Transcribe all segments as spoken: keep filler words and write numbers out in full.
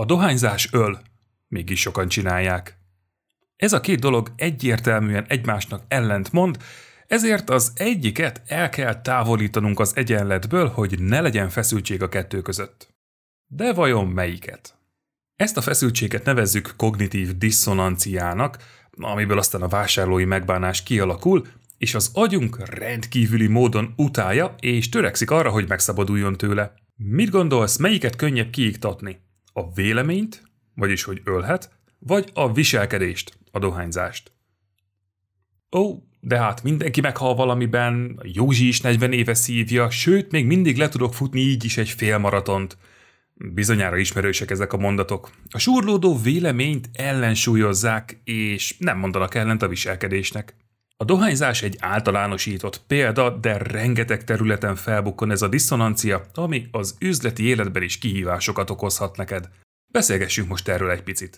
A dohányzás öl, mégis sokan csinálják. Ez a két dolog egyértelműen egymásnak ellentmond, ezért az egyiket el kell távolítanunk az egyenletből, hogy ne legyen feszültség a kettő között. De vajon melyiket? Ezt a feszültséget nevezzük kognitív disszonanciának, amiből aztán a vásárlói megbánás kialakul, és az agyunk rendkívüli módon utálja, és törekszik arra, hogy megszabaduljon tőle. Mit gondolsz, melyiket könnyebb kiiktatni? A véleményt, vagyis hogy ölhet, vagy a viselkedést, a dohányzást? Ó, de hát mindenki meghal valamiben, Józsi is negyven éve szívja, sőt, még mindig le tudok futni így is egy félmaratont. Bizonyára ismerősek ezek a mondatok. A súrlódó véleményt ellensúlyozzák, és nem mondanak ellent a viselkedésnek. A dohányzás egy általánosított példa, de rengeteg területen felbukkan ez a diszonancia, ami az üzleti életben is kihívásokat okozhat neked. Beszélgessünk most erről egy picit.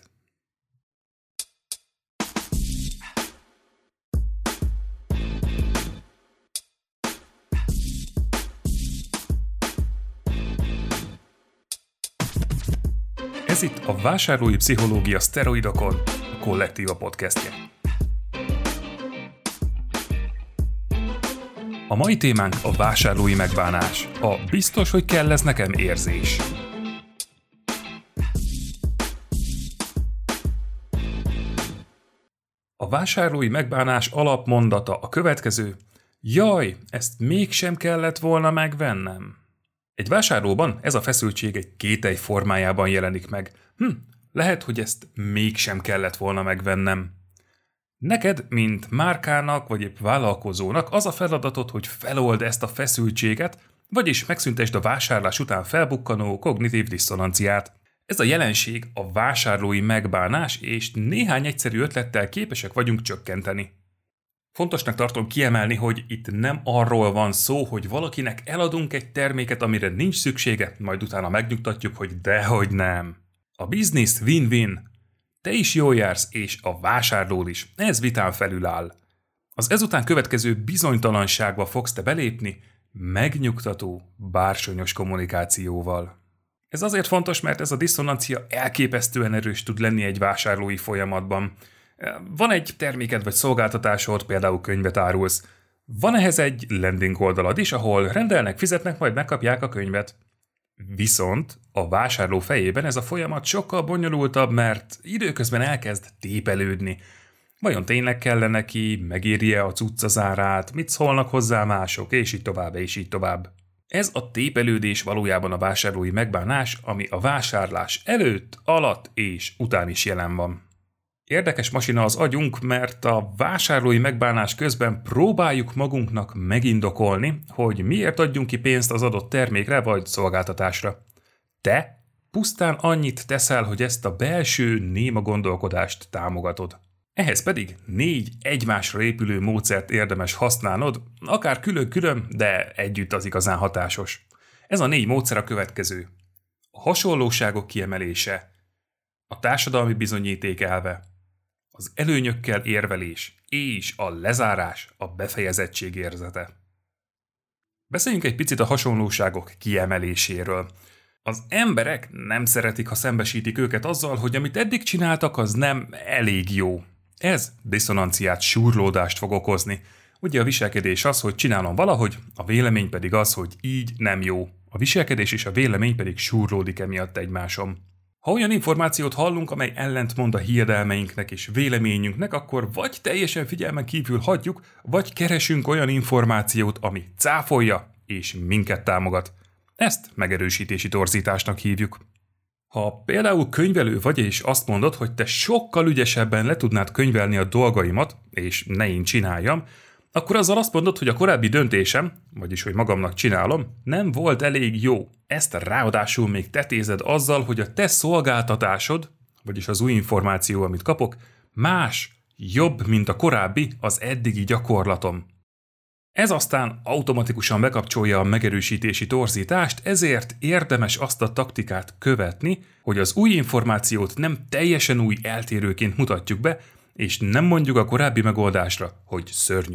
Ez itt a Vásárlói Pszichológia szteroidokon, a Kollektíva podcastje. A mai témánk a vásárlói megbánás, a biztos, hogy kell ez nekem érzés. A vásárlói megbánás alapmondata a következő: jaj, ezt mégsem kellett volna megvennem. Egy vásárlóban ez a feszültség egy kételj formájában jelenik meg. Hm, lehet, hogy ezt mégsem kellett volna megvennem. Neked, mint márkának vagy épp vállalkozónak az a feladatod, hogy felold ezt a feszültséget, vagyis megszüntesd a vásárlás után felbukkanó kognitív diszonanciát. Ez a jelenség a vásárlói megbánás, és néhány egyszerű ötlettel képesek vagyunk csökkenteni. Fontosnak tartom kiemelni, hogy itt nem arról van szó, hogy valakinek eladunk egy terméket, amire nincs szüksége, majd utána megnyugtatjuk, hogy dehogy nem. A biznisz win-win. Te is jól jársz, és a vásárló is. Ez vitán felül áll. Az ezután következő bizonytalanságba fogsz te belépni, megnyugtató, bársonyos kommunikációval. Ez azért fontos, mert ez a diszonancia elképesztően erős tud lenni egy vásárlói folyamatban. Van egy terméked vagy szolgáltatásod, például könyvet árulsz. Van ehhez egy landing oldalad is, ahol rendelnek, fizetnek, majd megkapják a könyvet. Viszont a vásárló fejében ez a folyamat sokkal bonyolultabb, mert időközben elkezd tépelődni. Vajon tényleg kell neki, megéri-e a cuccazárát, mit szólnak hozzá mások, és így tovább, és így tovább. Ez a tépelődés valójában a vásárlói megbánás, ami a vásárlás előtt, alatt és után is jelen van. Érdekes masina az agyunk, mert a vásárlói megbánás közben próbáljuk magunknak megindokolni, hogy miért adjunk ki pénzt az adott termékre vagy szolgáltatásra. Te pusztán annyit teszel, hogy ezt a belső néma gondolkodást támogatod. Ehhez pedig négy egymásra épülő módszert érdemes használnod, akár külön-külön, de együtt az igazán hatásos. Ez a négy módszer a következő: a hasonlóságok kiemelése, a társadalmi bizonyíték elve, az előnyökkel érvelés és a lezárás, a befejezettség érzete. Beszéljünk egy picit a hasonlóságok kiemeléséről. Az emberek nem szeretik, ha szembesítik őket azzal, hogy amit eddig csináltak, az nem elég jó. Ez diszonanciát, súrlódást fog okozni. Ugye a viselkedés az, hogy csinálom valahogy, a vélemény pedig az, hogy így nem jó. A viselkedés és a vélemény pedig súrlódik emiatt egymáson. Ha olyan információt hallunk, amely ellentmond a hiedelmeinknek és véleményünknek, akkor vagy teljesen figyelmen kívül hagyjuk, vagy keresünk olyan információt, ami cáfolja és minket támogat. Ezt megerősítési torzításnak hívjuk. Ha például könyvelő vagy és azt mondod, hogy te sokkal ügyesebben le tudnád könyvelni a dolgaimat, és ne én csináljam, akkor azzal azt mondod, hogy a korábbi döntésem, vagyis hogy magamnak csinálom, nem volt elég jó. Ezt ráadásul még tetézed azzal, hogy a te szolgáltatásod, vagyis az új információ, amit kapok, más, jobb, mint a korábbi, az eddigi gyakorlatom. Ez aztán automatikusan bekapcsolja a megerősítési torzítást, ezért érdemes azt a taktikát követni, hogy az új információt nem teljesen új eltérőként mutatjuk be, és nem mondjuk a korábbi megoldásra, hogy szörnyű.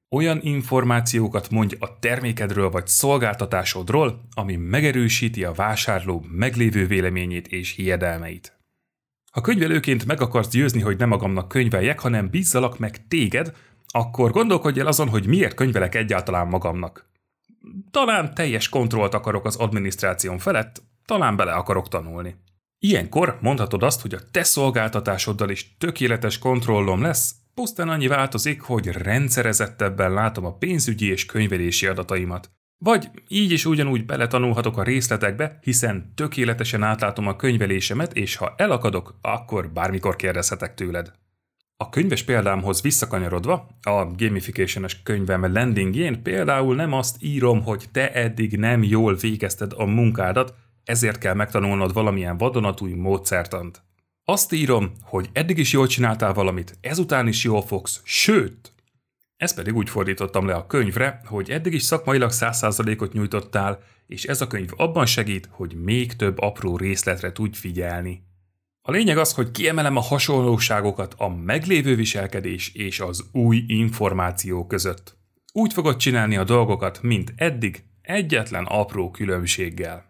Olyan információkat mondj a termékedről vagy szolgáltatásodról, ami megerősíti a vásárló meglévő véleményét és hiedelmeit. Ha könyvelőként meg akarsz győzni, hogy nem magamnak könyveljek, hanem bízzalak meg téged, akkor gondolkodj el azon, hogy miért könyvelek egyáltalán magamnak. Talán teljes kontrollt akarok az adminisztráción felett, talán bele akarok tanulni. Ilyenkor mondhatod azt, hogy a te szolgáltatásoddal is tökéletes kontrollom lesz, pusztán annyi változik, hogy rendszerezettebben látom a pénzügyi és könyvelési adataimat. Vagy így is ugyanúgy beletanulhatok a részletekbe, hiszen tökéletesen átlátom a könyvelésemet, és ha elakadok, akkor bármikor kérdezhetek tőled. A könyves példámhoz visszakanyarodva, a gamification-es könyvem landingjén például nem azt írom, hogy te eddig nem jól végezted a munkádat, ezért kell megtanulnod valamilyen vadonatúj módszertant. Azt írom, hogy eddig is jól csináltál valamit, ezután is jól fogsz, sőt, ezt pedig úgy fordítottam le a könyvre, hogy eddig is szakmailag száz százalékot nyújtottál, és ez a könyv abban segít, hogy még több apró részletre tudj figyelni. A lényeg az, hogy kiemelem a hasonlóságokat a meglévő viselkedés és az új információ között. Úgy fogod csinálni a dolgokat, mint eddig, egyetlen apró különbséggel.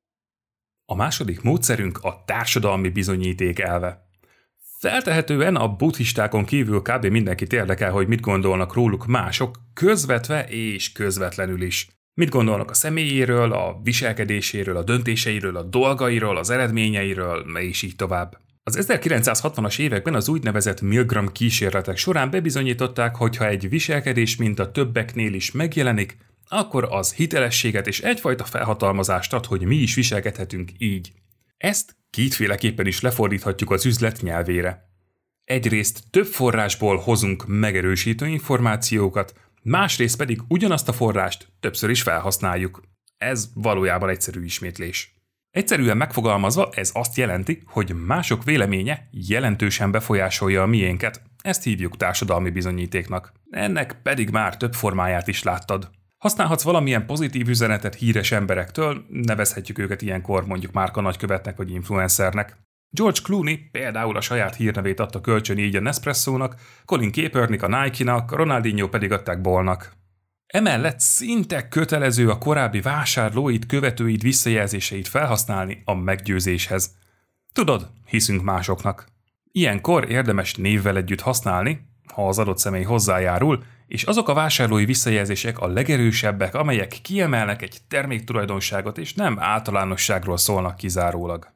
A második módszerünk a társadalmi bizonyíték elve. Feltehetően a buddhistákon kívül kb. Mindenkit érdekel, hogy mit gondolnak róluk mások, közvetve és közvetlenül is. Mit gondolnak a személyéről, a viselkedéséről, a döntéseiről, a dolgairól, az eredményeiről, és így tovább. Az ezerkilencszázhatvanas években az úgynevezett Milgram kísérletek során bebizonyították, hogy ha egy viselkedés minta többeknél is megjelenik, akkor az hitelességet és egyfajta felhatalmazást ad, hogy mi is viselkedhetünk így. Ezt kétféleképpen is lefordíthatjuk az üzlet nyelvére. Egyrészt több forrásból hozunk megerősítő információkat, másrészt pedig ugyanazt a forrást többször is felhasználjuk. Ez valójában egyszerű ismétlés. Egyszerűen megfogalmazva ez azt jelenti, hogy mások véleménye jelentősen befolyásolja a miénket, ezt hívjuk társadalmi bizonyítéknak. Ennek pedig már több formáját is láttad. Használhatsz valamilyen pozitív üzenetet híres emberektől, nevezhetjük őket ilyenkor mondjuk márka nagykövetnek vagy influencernek. George Clooney például a saját hírnevét adta kölcsön így a Nespresso-nak, Colin Kaepernick a Nike-nak, Ronaldinho pedig a Tech Ball-nak. Emellett szinte kötelező a korábbi vásárlóid, követőid visszajelzéseit felhasználni a meggyőzéshez. Tudod, hiszünk másoknak. Ilyenkor érdemes névvel együtt használni, ha az adott személy hozzájárul, és azok a vásárlói visszajelzések a legerősebbek, amelyek kiemelnek egy termék tulajdonságot és nem általánosságról szólnak kizárólag.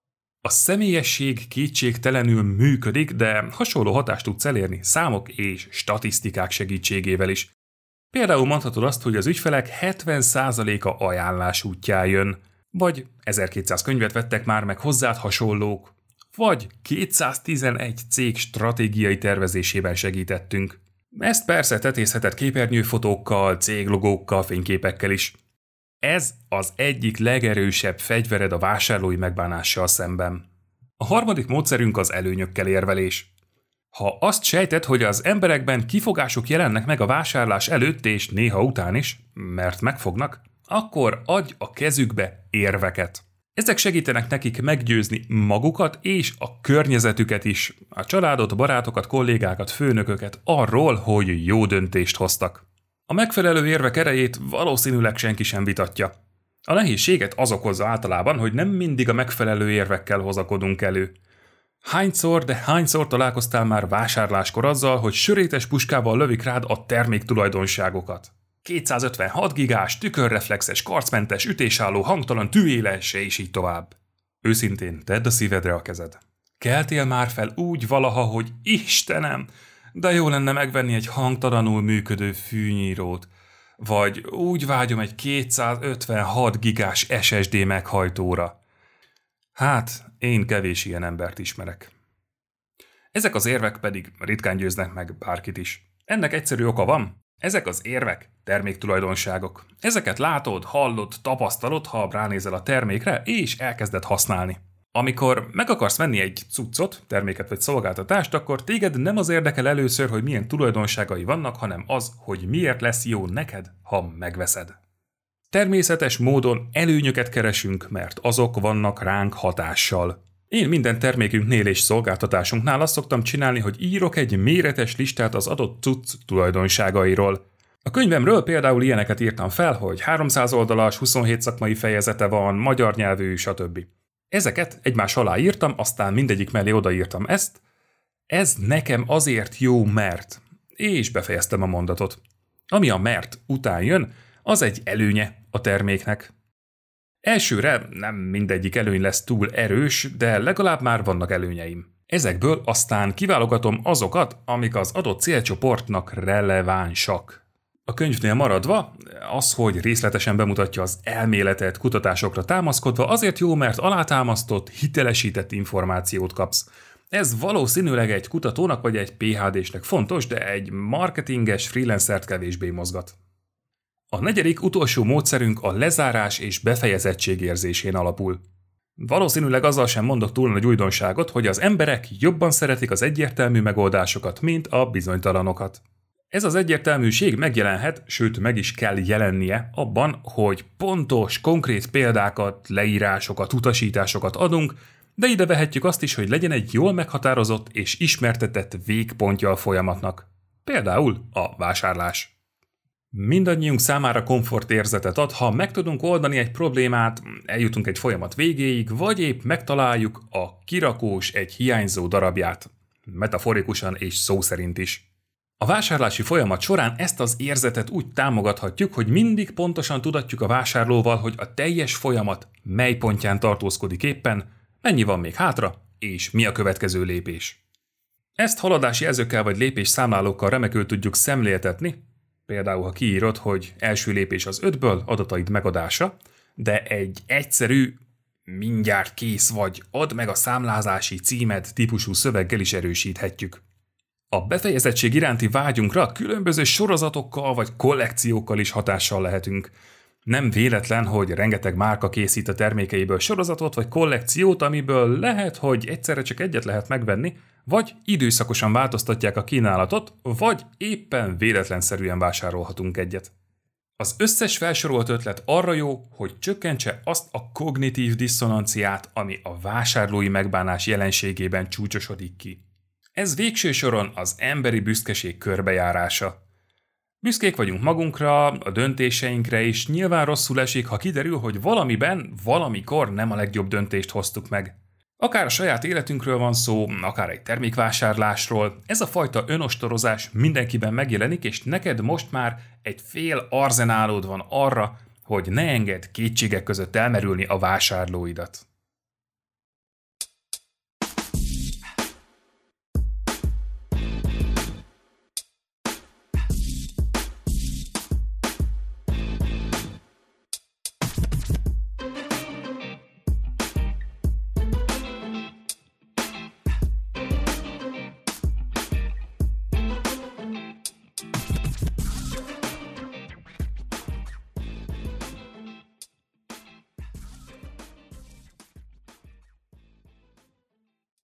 A személyesség kétségtelenül működik, de hasonló hatást tudsz elérni számok és statisztikák segítségével is. Például mondhatod azt, hogy az ügyfelek hetven százaléka ajánlás útján jön, vagy ezerkétszáz könyvet vettek már meg hozzád hasonlók, vagy kétszáztizenegy cég stratégiai tervezésében segítettünk. Ezt persze tetézheted képernyőfotókkal, céglogókkal, fényképekkel is. Ez az egyik legerősebb fegyvered a vásárlói megbánással szemben. A harmadik módszerünk az előnyökkel érvelés. Ha azt sejted, hogy az emberekben kifogások jelennek meg a vásárlás előtt és néha után is, mert megfognak, akkor adj a kezükbe érveket. Ezek segítenek nekik meggyőzni magukat és a környezetüket is, a családot, barátokat, kollégákat, főnököket arról, hogy jó döntést hoztak. A megfelelő érvek erejét valószínűleg senki sem vitatja. A nehézséget az okozza általában, hogy nem mindig a megfelelő érvekkel hozakodunk elő. Hányszor, de hányszor találkoztál már vásárláskor azzal, hogy sörétes puskával lövik rád a termék tulajdonságokat? kétszázötvenhat gigás, tükörreflexes, karcmentes, ütésálló, hangtalan, tűéles, és így tovább. Őszintén tedd a szívedre a kezed. Keltél már fel úgy valaha, hogy Istenem, de jó lenne megvenni egy hangtalanul működő fűnyírót, vagy úgy vágyom egy kétszázötvenhat gigás es es dé meghajtóra. Hát, én kevés ilyen embert ismerek. Ezek az érvek pedig ritkán győznek meg bárkit is. Ennek egyszerű oka van. Ezek az érvek terméktulajdonságok. Ezeket látod, hallod, tapasztalod, ha ránézel a termékre, és elkezded használni. Amikor meg akarsz venni egy cuccot, terméket vagy szolgáltatást, akkor téged nem az érdekel először, hogy milyen tulajdonságai vannak, hanem az, hogy miért lesz jó neked, ha megveszed. Természetes módon előnyöket keresünk, mert azok vannak ránk hatással. Én minden termékünknél és szolgáltatásunknál azt szoktam csinálni, hogy írok egy méretes listát az adott cucc tulajdonságairól. A könyvemről például ilyeneket írtam fel, hogy háromszáz oldalas, huszonhét szakmai fejezete van, magyar nyelvű, stb. Ezeket egymás alá írtam, aztán mindegyik mellé odaírtam ezt. Ez nekem azért jó, mert... És befejeztem a mondatot. Ami a mert után jön, az egy előnye a terméknek. Elsőre nem mindegyik előny lesz túl erős, de legalább már vannak előnyeim. Ezekből aztán kiválogatom azokat, amik az adott célcsoportnak relevánsak. A könyvnél maradva, az, hogy részletesen bemutatja az elméletet kutatásokra támaszkodva, azért jó, mert alátámasztott, hitelesített információt kapsz. Ez valószínűleg egy kutatónak vagy egy pé há désnek fontos, de egy marketinges freelancert kevésbé mozgat. A negyedik utolsó módszerünk a lezárás és befejezettség érzésén alapul. Valószínűleg azzal sem mondok túl nagy újdonságot, hogy az emberek jobban szeretik az egyértelmű megoldásokat, mint a bizonytalanokat. Ez az egyértelműség megjelenhet, sőt meg is kell jelennie abban, hogy pontos, konkrét példákat, leírásokat, utasításokat adunk, de ide vehetjük azt is, hogy legyen egy jól meghatározott és ismertetett végpontja a folyamatnak. Például a vásárlás. Mindannyiunk számára komfortérzetet ad, ha meg tudunk oldani egy problémát, eljutunk egy folyamat végéig, vagy épp megtaláljuk a kirakós egy hiányzó darabját. Metaforikusan és szó szerint is. A vásárlási folyamat során ezt az érzetet úgy támogathatjuk, hogy mindig pontosan tudatjuk a vásárlóval, hogy a teljes folyamat mely pontján tartózkodik éppen, mennyi van még hátra, és mi a következő lépés. Ezt haladási jelzőkkel vagy lépésszámlálókkal remekül tudjuk szemléltetni, például ha kiírod, hogy első lépés az ötből adataid megadása, de egy egyszerű, mindjárt kész vagy, add meg a számlázási címed típusú szöveggel is erősíthetjük. A befejezettség iránti vágyunkra különböző sorozatokkal vagy kollekciókkal is hatással lehetünk. Nem véletlen, hogy rengeteg márka készít a termékeiből sorozatot vagy kollekciót, amiből lehet, hogy egyszerre csak egyet lehet megvenni, vagy időszakosan változtatják a kínálatot, vagy éppen véletlenszerűen vásárolhatunk egyet. Az összes felsorolt ötlet arra jó, hogy csökkentse azt a kognitív diszonanciát, ami a vásárlói megbánás jelenségében csúcsosodik ki. Ez végső soron az emberi büszkeség körbejárása. Büszkék vagyunk magunkra, a döntéseinkre, és nyilván rosszul esik, ha kiderül, hogy valamiben, valamikor nem a legjobb döntést hoztuk meg. Akár a saját életünkről van szó, akár egy termékvásárlásról, ez a fajta önostorozás mindenkiben megjelenik, és neked most már egy fél arzenálód van arra, hogy ne engedd kétségek között elmerülni a vásárlóidat.